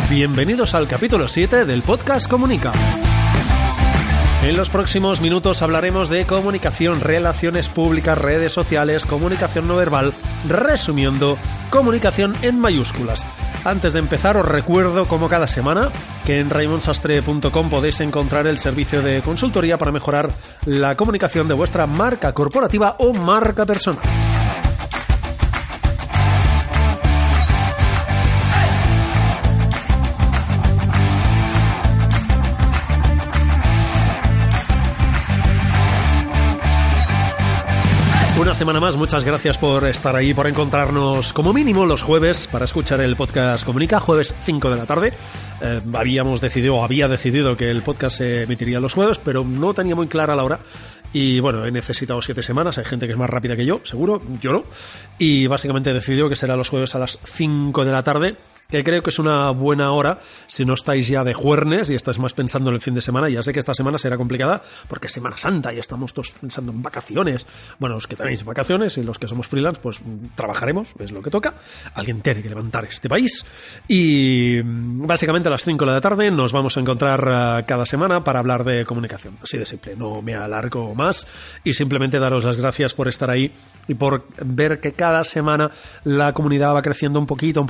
Bienvenidos al capítulo 7 del podcast Comunica. En los próximos minutos hablaremos de comunicación, relaciones públicas, redes sociales, comunicación no verbal, resumiendo, comunicación en mayúsculas. Antes de empezar os recuerdo, como cada semana, que en raimonsastre.com podéis encontrar el servicio de consultoría para mejorar la comunicación de vuestra marca corporativa o marca personal. Una semana más, muchas gracias por estar ahí, por encontrarnos como mínimo los jueves para escuchar el podcast Comunica, jueves 5 de la tarde. Había decidido que el podcast se emitiría los jueves, pero no tenía muy clara la hora. Y bueno, he necesitado 7 semanas, hay gente que es más rápida que yo, seguro, yo no. Y básicamente he decidido que será los jueves a las 5 de la tarde, que creo que es una buena hora si no estáis ya de juernes y estáis más pensando en el fin de semana. Ya sé que esta semana será complicada porque es Semana Santa y estamos todos pensando en vacaciones. Bueno, los que tenéis vacaciones y los que somos freelance, pues trabajaremos, es lo que toca. Alguien tiene que levantar este país. Y básicamente a las 5 de la tarde nos vamos a encontrar cada semana para hablar de comunicación. Así de simple, no me alargo más y simplemente daros las gracias por estar ahí y por ver que cada semana la comunidad va creciendo un poquito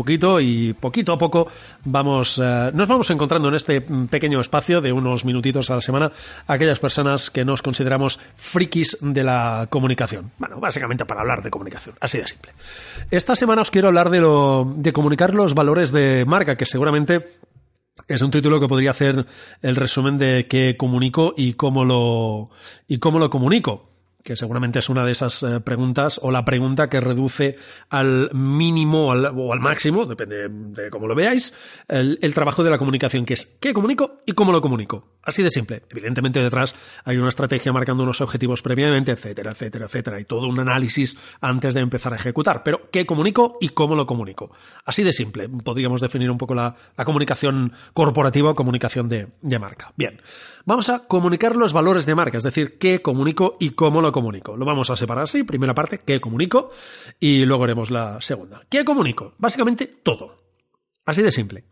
y poquito a poco nos vamos encontrando en este pequeño espacio de unos minutitos a la semana aquellas personas que nos consideramos frikis de la comunicación. Bueno, básicamente para hablar de comunicación, así de simple. Esta semana os quiero hablar de comunicar los valores de marca, que seguramente es un título que podría hacer el resumen de qué comunico y cómo lo comunico, que seguramente es una de esas preguntas, o la pregunta que reduce al mínimo o al máximo, depende de cómo lo veáis, el trabajo de la comunicación, que es qué comunico y cómo lo comunico. Así de simple. Evidentemente detrás hay una estrategia marcando unos objetivos previamente, etcétera, y todo un análisis antes de empezar a ejecutar. Pero qué comunico y cómo lo comunico. Así de simple. Podríamos definir un poco la comunicación corporativa o comunicación de marca. Bien, vamos a comunicar los valores de marca, es decir, qué comunico y cómo lo comunico. Lo vamos a separar así. Primera parte, qué comunico, y luego haremos la segunda. ¿Qué comunico? Básicamente todo. Así de simple.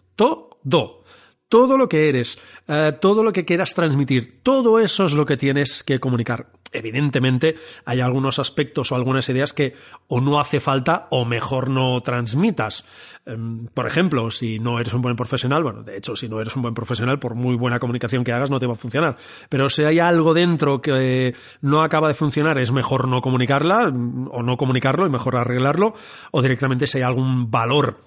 Todo lo que eres, todo lo que quieras transmitir, todo eso es lo que tienes que comunicar. Evidentemente, hay algunos aspectos o algunas ideas que o no hace falta o mejor no transmitas. Por ejemplo, si no eres un buen profesional, bueno, de hecho, si no eres un buen profesional, por muy buena comunicación que hagas, no te va a funcionar. Pero si hay algo dentro que no acaba de funcionar, es mejor no comunicarla o no comunicarlo y mejor arreglarlo, o directamente si hay algún valor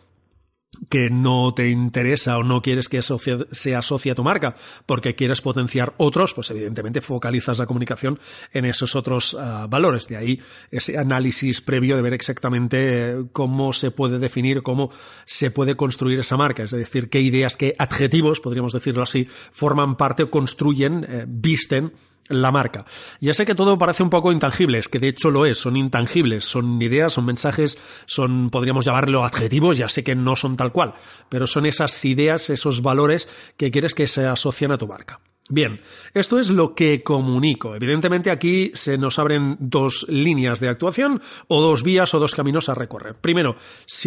que no te interesa o no quieres que se asocie a tu marca porque quieres potenciar otros, pues evidentemente focalizas la comunicación en esos otros valores. De ahí ese análisis previo de ver exactamente cómo se puede definir, cómo se puede construir esa marca, es decir, qué ideas, qué adjetivos, podríamos decirlo así, forman parte o construyen, visten la marca. Ya sé que todo parece un poco intangible, es que de hecho lo es, son intangibles, son ideas, son mensajes, podríamos llamarlo adjetivos, ya sé que no son tal cual, pero son esas ideas, esos valores que quieres que se asocien a tu marca. Bien, esto es lo que comunico. Evidentemente aquí se nos abren 2 líneas de actuación o 2 vías o 2 caminos a recorrer. Primero,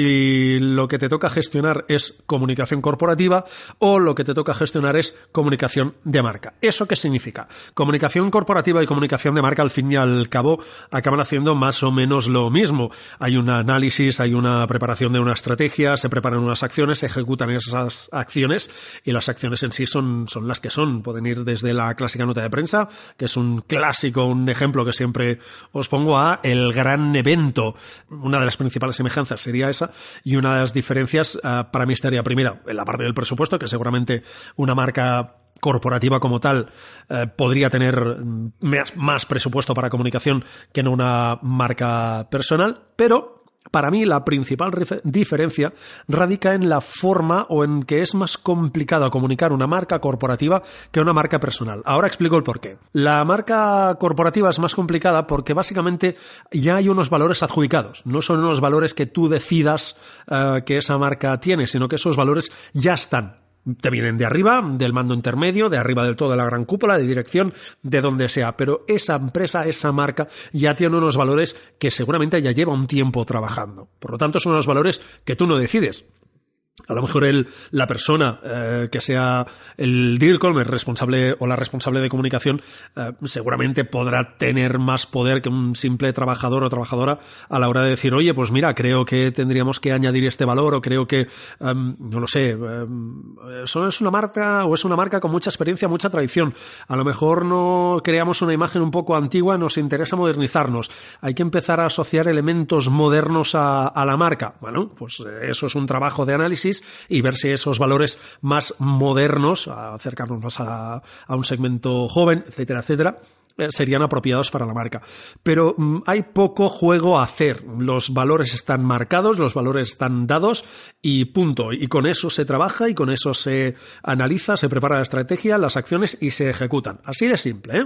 si lo que te toca gestionar es comunicación corporativa o lo que te toca gestionar es comunicación de marca. ¿Eso qué significa? Comunicación corporativa y comunicación de marca al fin y al cabo acaban haciendo más o menos lo mismo. Hay un análisis, hay una preparación de una estrategia, se preparan unas acciones, se ejecutan esas acciones y las acciones en sí son las que son. Pueden ir desde la clásica nota de prensa, que es un clásico, un ejemplo que siempre os pongo, a el gran evento. Una de las principales semejanzas sería esa, y una de las diferencias para mí estaría primera en la parte del presupuesto, que seguramente una marca corporativa como tal podría tener más presupuesto para comunicación que en una marca personal, pero para mí la principal diferencia radica en la forma o en que es más complicado comunicar una marca corporativa que una marca personal. Ahora explico el porqué. La marca corporativa es más complicada porque básicamente ya hay unos valores adjudicados. No son unos valores que tú decidas que esa marca tiene, sino que esos valores ya están. Te vienen de arriba, del mando intermedio, de arriba del todo de la gran cúpula, de dirección, de donde sea. Pero esa empresa, esa marca, ya tiene unos valores que seguramente ya lleva un tiempo trabajando. Por lo tanto, son unos valores que tú no decides. A lo mejor la persona que sea el DIRCOM, el responsable o la responsable de comunicación, seguramente podrá tener más poder que un simple trabajador o trabajadora a la hora de decir, oye, pues mira, creo que tendríamos que añadir este valor, o creo que, no lo sé, eso es una marca o es una marca con mucha experiencia, mucha tradición. A lo mejor no creamos una imagen un poco antigua, nos interesa modernizarnos. Hay que empezar a asociar elementos modernos a la marca. Bueno, pues eso es un trabajo de análisis y ver si esos valores más modernos, acercarnos más a un segmento joven, etcétera, etcétera, serían apropiados para la marca. Pero hay poco juego a hacer. Los valores están marcados, los valores están dados y punto. Y con eso se trabaja y con eso se analiza, se prepara la estrategia, las acciones y se ejecutan. Así de simple, ¿eh?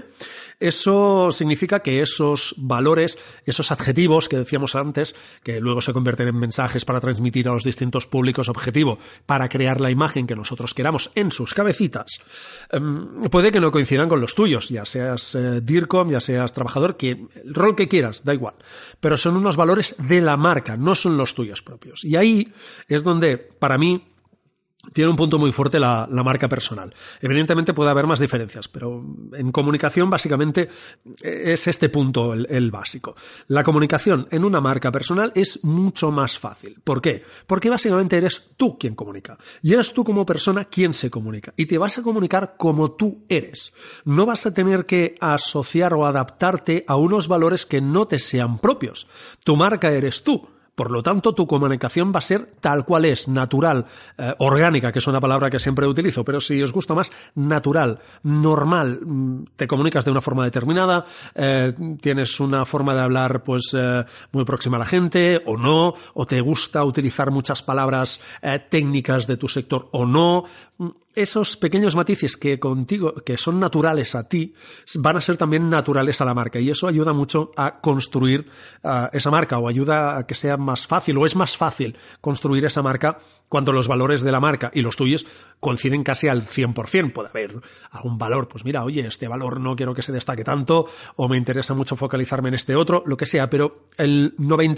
Eso significa que esos valores, esos adjetivos que decíamos antes, que luego se convierten en mensajes para transmitir a los distintos públicos objetivo, para crear la imagen que nosotros queramos en sus cabecitas, puede que no coincidan con los tuyos, ya seas DIRCOM, ya seas trabajador, que el rol que quieras, da igual. Pero son unos valores de la marca, no son los tuyos propios. Y ahí es donde, para mí, tiene un punto muy fuerte la marca personal. Evidentemente puede haber más diferencias, pero en comunicación básicamente es este punto el básico. La comunicación en una marca personal es mucho más fácil. ¿Por qué? Porque básicamente eres tú quien comunica. Y eres tú como persona quien se comunica. Y te vas a comunicar como tú eres. No vas a tener que asociar o adaptarte a unos valores que no te sean propios. Tu marca eres tú. Por lo tanto, tu comunicación va a ser tal cual es, natural, orgánica, que es una palabra que siempre utilizo, pero si os gusta más, natural, normal. Te comunicas de una forma determinada, tienes una forma de hablar pues muy próxima a la gente, o no, o te gusta utilizar muchas palabras técnicas de tu sector, o no. Esos pequeños matices que contigo, que son naturales a ti, van a ser también naturales a la marca, y eso ayuda mucho a construir esa marca, o ayuda a que sea más fácil, o es más fácil construir esa marca cuando los valores de la marca y los tuyos coinciden casi al 100%. Puede haber algún valor, pues mira, oye, este valor no quiero que se destaque tanto, o me interesa mucho focalizarme en este otro, lo que sea, pero el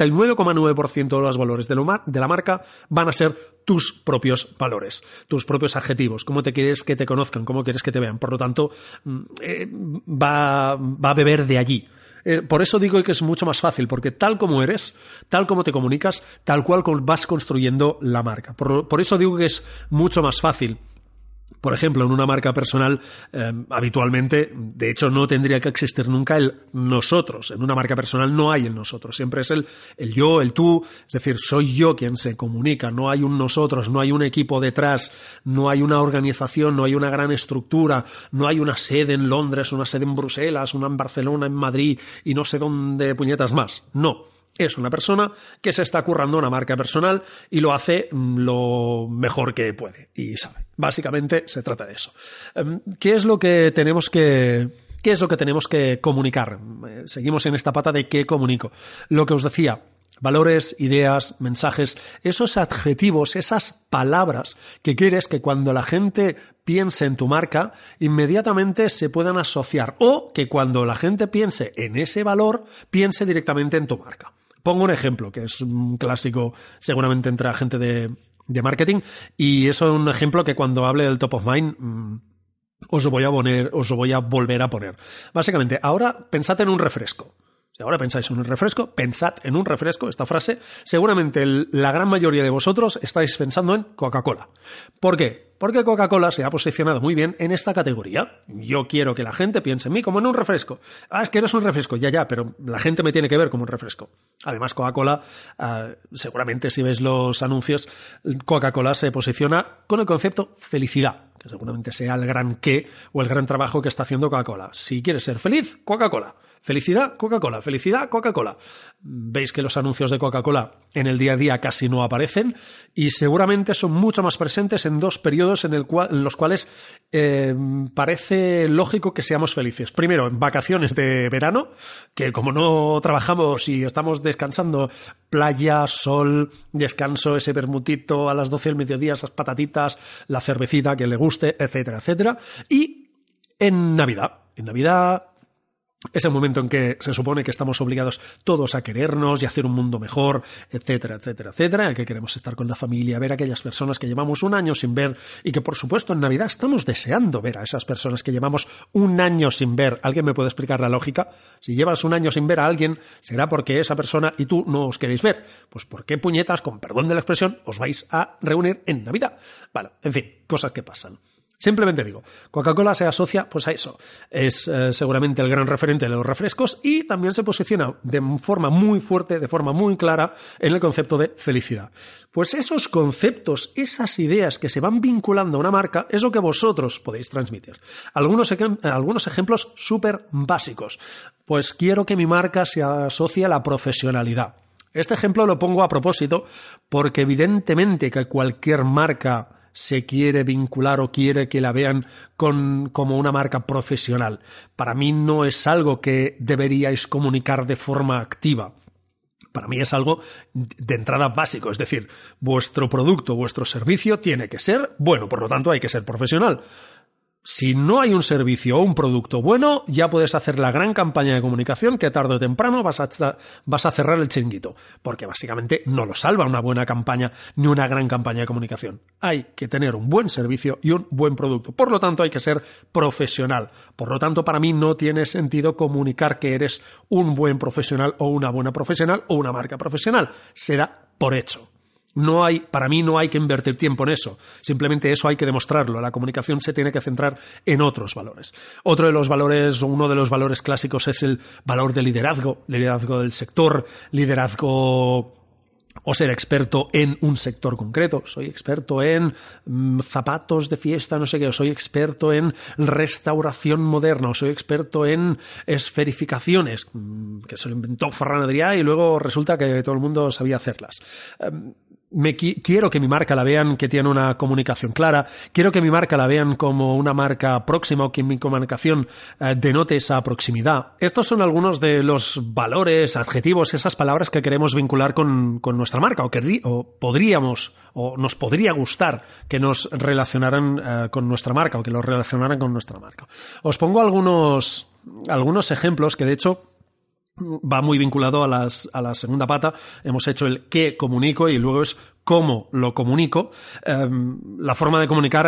99,9% de los valores de la marca van a ser tus propios valores, tus propios adjetivos, cómo te quieres que te conozcan, cómo quieres que te vean. Por lo tanto, va a beber de allí. Por eso digo que es mucho más fácil, porque tal como eres, tal como te comunicas, tal cual vas construyendo la marca. Por eso digo que es mucho más fácil. Por ejemplo, en una marca personal, habitualmente, de hecho, no tendría que existir nunca el nosotros. En una marca personal no hay el nosotros, siempre es el yo, el tú, es decir, soy yo quien se comunica, no hay un nosotros, no hay un equipo detrás, no hay una organización, no hay una gran estructura, no hay una sede en Londres, una sede en Bruselas, una en Barcelona, en Madrid y no sé dónde puñetas más. No. Es una persona que se está currando una marca personal y lo hace lo mejor que puede y sabe. Básicamente se trata de eso. ¿Qué es lo que tenemos que comunicar? Seguimos en esta pata de qué comunico. Lo que os decía, valores, ideas, mensajes, esos adjetivos, esas palabras que quieres que cuando la gente piense en tu marca, inmediatamente se puedan asociar, o que cuando la gente piense en ese valor, piense directamente en tu marca. Pongo un ejemplo, que es un clásico seguramente entre la gente de marketing, y eso es un ejemplo que cuando hable del top of mind os lo voy a volver a poner. Básicamente, ahora pensad en un refresco. Si ahora pensáis en un refresco, pensad en un refresco, esta frase, seguramente la gran mayoría de vosotros estáis pensando en Coca-Cola. ¿Por qué? Porque Coca-Cola se ha posicionado muy bien en esta categoría. Yo quiero que la gente piense en mí como en un refresco. Es que eres un refresco, ya, pero la gente me tiene que ver como un refresco. Además, Coca-Cola, seguramente si ves los anuncios, Coca-Cola se posiciona con el concepto felicidad, que seguramente sea el gran qué o el gran trabajo que está haciendo Coca-Cola. Si quieres ser feliz, Coca-Cola. Felicidad, Coca-Cola. Felicidad, Coca-Cola. Veis que los anuncios de Coca-Cola en el día a día casi no aparecen y seguramente son mucho más presentes en dos periodos en los cuales parece lógico que seamos felices. Primero, en vacaciones de verano, que como no trabajamos y estamos descansando, playa, sol, descanso, ese vermutito a las 12 del mediodía, esas patatitas, la cervecita que le guste, etcétera, etcétera. Y en Navidad. En Navidad Es el momento en que se supone que estamos obligados todos a querernos y a hacer un mundo mejor, etcétera, etcétera, etcétera, que queremos estar con la familia, ver a aquellas personas que llevamos un año sin ver y que, por supuesto, en Navidad estamos deseando ver a esas personas que llevamos un año sin ver. ¿Alguien me puede explicar la lógica? Si llevas un año sin ver a alguien, será porque esa persona y tú no os queréis ver. Pues ¿por qué puñetas, con perdón de la expresión, os vais a reunir en Navidad? Vale, en fin, cosas que pasan. Simplemente digo, Coca-Cola se asocia pues a eso. Es seguramente el gran referente de los refrescos y también se posiciona de forma muy fuerte, de forma muy clara en el concepto de felicidad. Pues esos conceptos, esas ideas que se van vinculando a una marca es lo que vosotros podéis transmitir. Algunos ejemplos súper básicos. Pues quiero que mi marca se asocie a la profesionalidad. Este ejemplo lo pongo a propósito porque evidentemente que cualquier marca se quiere vincular o quiere que la vean como una marca profesional. Para mí no es algo que deberíais comunicar de forma activa. Para mí es algo de entrada básico, es decir, vuestro producto, vuestro servicio tiene que ser bueno, por lo tanto hay que ser profesional. Si no hay un servicio o un producto bueno, ya puedes hacer la gran campaña de comunicación que tarde o temprano vas a cerrar el chiringuito, porque básicamente no lo salva una buena campaña ni una gran campaña de comunicación. Hay que tener un buen servicio y un buen producto. Por lo tanto, hay que ser profesional. Por lo tanto, para mí no tiene sentido comunicar que eres un buen profesional o una buena profesional o una marca profesional. Se da por hecho. Para mí no hay que invertir tiempo en eso. Simplemente eso hay que demostrarlo. La comunicación se tiene que centrar en otros valores. Uno de los valores clásicos es el valor de liderazgo del sector, liderazgo o ser experto en un sector concreto. Soy experto en zapatos de fiesta, no sé qué, o soy experto en restauración moderna, o soy experto en esferificaciones, que se lo inventó Ferran Adrià y luego resulta que todo el mundo sabía hacerlas. Quiero que mi marca la vean que tiene una comunicación clara, quiero que mi marca la vean como una marca próxima o que mi comunicación denote esa proximidad. Estos son algunos de los valores, adjetivos, esas palabras que queremos vincular con nuestra marca o nos podría gustar que nos relacionaran con nuestra marca o que los relacionaran con nuestra marca. Os pongo algunos ejemplos que de hecho va muy vinculado a la segunda pata. Hemos hecho el qué comunico y luego es cómo lo comunico. La forma de comunicar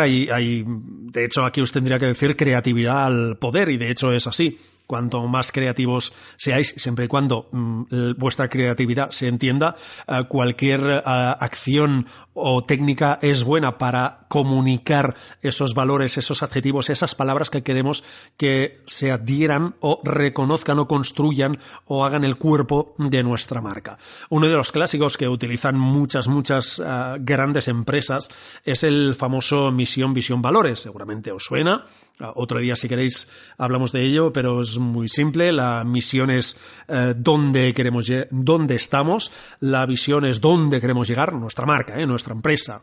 de hecho aquí os tendría que decir creatividad al poder y de hecho es así. Cuanto más creativos seáis, siempre y cuando vuestra creatividad se entienda, cualquier acción o técnica es buena para comunicar esos valores, esos adjetivos, esas palabras que queremos que se adhieran o reconozcan o construyan o hagan el cuerpo de nuestra marca. Uno de los clásicos que utilizan muchas grandes empresas es el famoso misión, visión, valores. Seguramente os suena. Otro día, si queréis, hablamos de ello, pero es muy simple. La misión es dónde estamos. La visión es dónde queremos llegar, nuestra marca, nuestra empresa.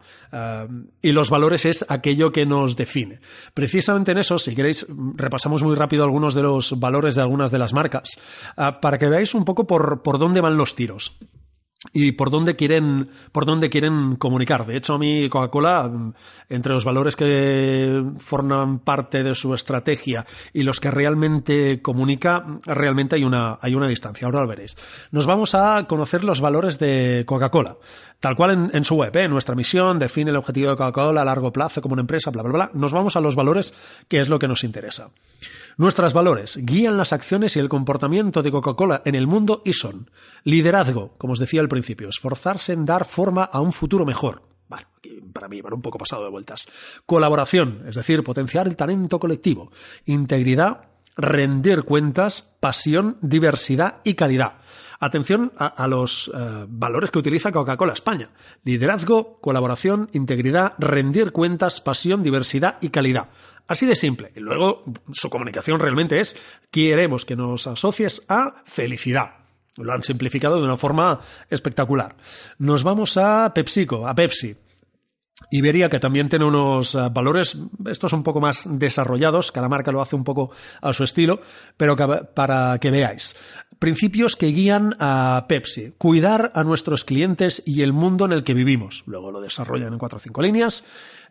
Y los valores es aquello que nos define. Precisamente en eso, si queréis, repasamos muy rápido algunos de los valores de algunas de las marcas, para que veáis un poco por dónde van los tiros. Y por dónde quieren comunicar. De hecho, a mí Coca-Cola, entre los valores que forman parte de su estrategia y los que realmente comunica, realmente hay una distancia. Ahora lo veréis. Nos vamos a conocer los valores de Coca-Cola. Tal cual en su web, nuestra misión define el objetivo de Coca-Cola a largo plazo como una empresa, bla, bla, bla. Nos vamos a los valores, que es lo que nos interesa. Nuestros valores guían las acciones y el comportamiento de Coca-Cola en el mundo y son liderazgo, como os decía al principio, esforzarse en dar forma a un futuro mejor. Bueno, para mí van un poco pasado de vueltas. Colaboración, es decir, potenciar el talento colectivo. Integridad, rendir cuentas, pasión, diversidad y calidad. Atención a los valores que utiliza Coca-Cola España. Liderazgo, colaboración, integridad, rendir cuentas, pasión, diversidad y calidad. Así de simple. Y luego su comunicación realmente es: queremos que nos asocies a felicidad. Lo han simplificado de una forma espectacular. Nos vamos a PepsiCo, a Pepsi. Iberia, que también tiene unos valores, estos un poco más desarrollados, cada marca lo hace un poco a su estilo, pero para que veáis. Principios que guían a Pepsi: cuidar a nuestros clientes y el mundo en el que vivimos. Luego lo desarrollan en 4 o 5 líneas.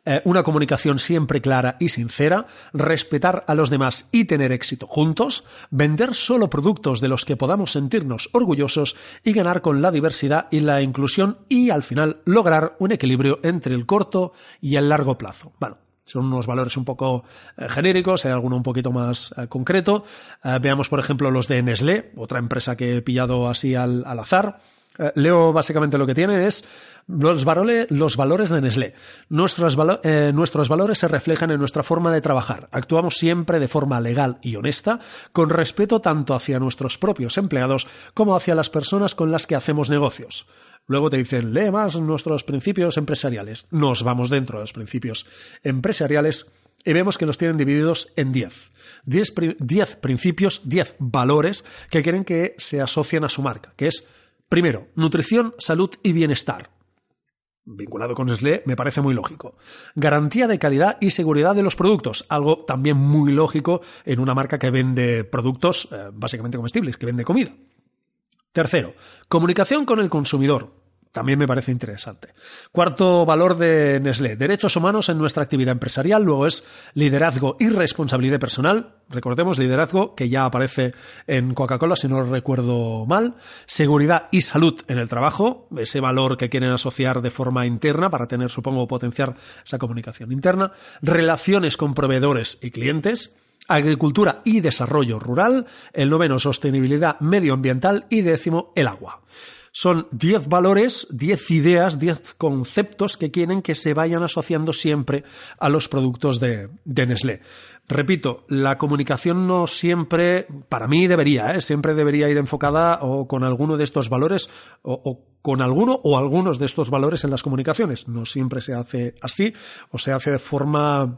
una comunicación siempre clara y sincera, respetar a los demás y tener éxito juntos, vender solo productos de los que podamos sentirnos orgullosos y ganar con la diversidad y la inclusión y, al final, lograr un equilibrio entre el corto y el largo plazo. Bueno, son unos valores un poco genéricos, hay alguno un poquito más concreto. Veamos, por ejemplo, los de Nestlé, otra empresa que he pillado así al azar. Leo básicamente lo que tiene es los valores de Nestlé. Nuestros valores se reflejan en nuestra forma de trabajar. Actuamos siempre de forma legal y honesta, con respeto tanto hacia nuestros propios empleados como hacia las personas con las que hacemos negocios. Luego te dicen, lee más nuestros principios empresariales. Nos vamos dentro de los principios empresariales y vemos que los tienen divididos en 10. 10 principios, 10 valores que quieren que se asocien a su marca, que es, primero, nutrición, salud y bienestar. Vinculado con Nestlé, me parece muy lógico. Garantía de calidad y seguridad de los productos, algo también muy lógico en una marca que vende productos básicamente comestibles, que vende comida. Tercero, comunicación con el consumidor. También me parece interesante. Cuarto valor de Nestlé, derechos humanos en nuestra actividad empresarial. Luego es liderazgo y responsabilidad personal. Recordemos, liderazgo, que ya aparece en Coca-Cola, si no lo recuerdo mal. Seguridad y salud en el trabajo, ese valor que quieren asociar de forma interna para tener, supongo, potenciar esa comunicación interna. Relaciones con proveedores y clientes. Agricultura y desarrollo rural. El noveno, sostenibilidad medioambiental. Y décimo, el agua. Son 10 valores, 10 ideas, 10 conceptos que quieren que se vayan asociando siempre a los productos de Nestlé. Repito, la comunicación no siempre, para mí siempre debería ir enfocada o con alguno de estos valores o con alguno o algunos de estos valores en las comunicaciones. No siempre se hace así o se hace de forma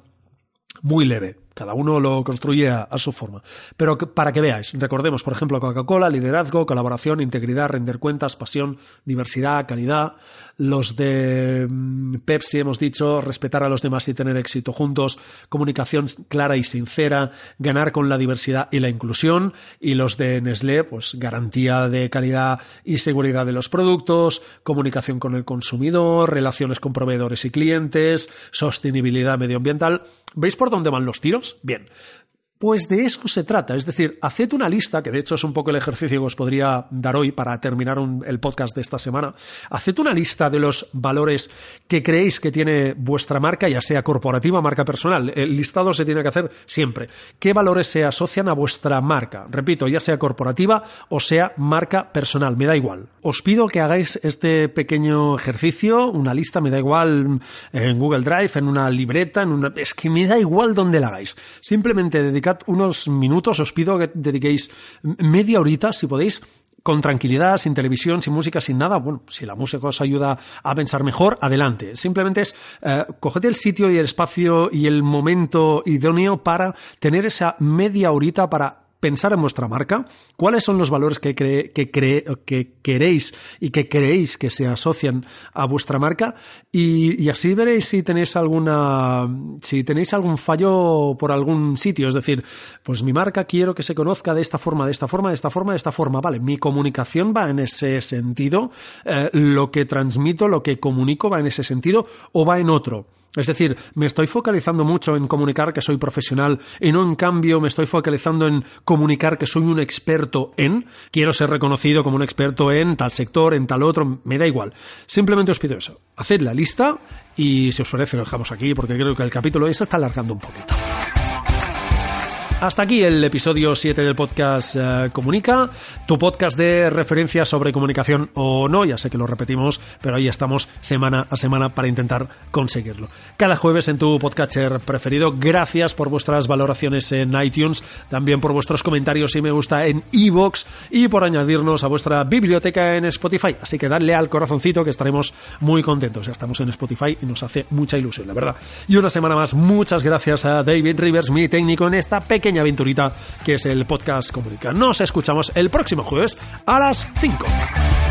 muy leve. Cada uno lo construye a su forma. Pero para que veáis, recordemos, por ejemplo, Coca-Cola, liderazgo, colaboración, integridad, render cuentas, pasión, diversidad, calidad. Los de Pepsi hemos dicho respetar a los demás y tener éxito juntos, comunicación clara y sincera, ganar con la diversidad y la inclusión. Y los de Nestlé, pues garantía de calidad y seguridad de los productos, comunicación con el consumidor, relaciones con proveedores y clientes, sostenibilidad medioambiental. ¿Veis por dónde van los tiros? Bien, pues de eso se trata, es decir, haced una lista, que de hecho es un poco el ejercicio que os podría dar hoy para terminar el podcast de esta semana. Haced una lista de los valores que creéis que tiene vuestra marca, ya sea corporativa o marca personal. El listado se tiene que hacer siempre. ¿Qué valores se asocian a vuestra marca? Repito, ya sea corporativa o sea marca personal, me da igual. Os pido que hagáis este pequeño ejercicio, una lista, me da igual en Google Drive, en una libreta, es que me da igual donde la hagáis. Simplemente dedicad unos minutos, os pido que dediquéis media horita, si podéis, con tranquilidad, sin televisión, sin música, sin nada. Bueno, si la música os ayuda a pensar mejor, adelante. Simplemente es coged el sitio y el espacio y el momento idóneo para tener esa media horita para pensar en vuestra marca, cuáles son los valores que queréis y que creéis que se asocian a vuestra marca y así veréis si tenéis algún fallo por algún sitio. Es decir, pues mi marca quiero que se conozca de esta forma, de esta forma, de esta forma, de esta forma. Vale, mi comunicación va en ese sentido, lo que transmito, lo que comunico va en ese sentido o va en otro. Es decir, me estoy focalizando mucho en comunicar que soy profesional y no, en cambio, me estoy focalizando en comunicar que soy un experto quiero ser reconocido como un experto en tal sector, en tal otro, me da igual. Simplemente os pido eso. Haced la lista y si os parece lo dejamos aquí porque creo que el capítulo se está alargando un poquito. Hasta aquí el episodio 7 del podcast Comunica, tu podcast de referencia sobre comunicación o no, ya sé que lo repetimos, pero ahí estamos semana a semana para intentar conseguirlo. Cada jueves en tu podcatcher preferido. Gracias por vuestras valoraciones en iTunes, también por vuestros comentarios y me gusta en iVoox y por añadirnos a vuestra biblioteca en Spotify. Así que dadle al corazoncito que estaremos muy contentos. Ya estamos en Spotify y nos hace mucha ilusión, la verdad. Y una semana más, muchas gracias a David Rivers, mi técnico en esta pequeña aventurita que es el podcast Comunica. Nos escuchamos el próximo jueves a las 5.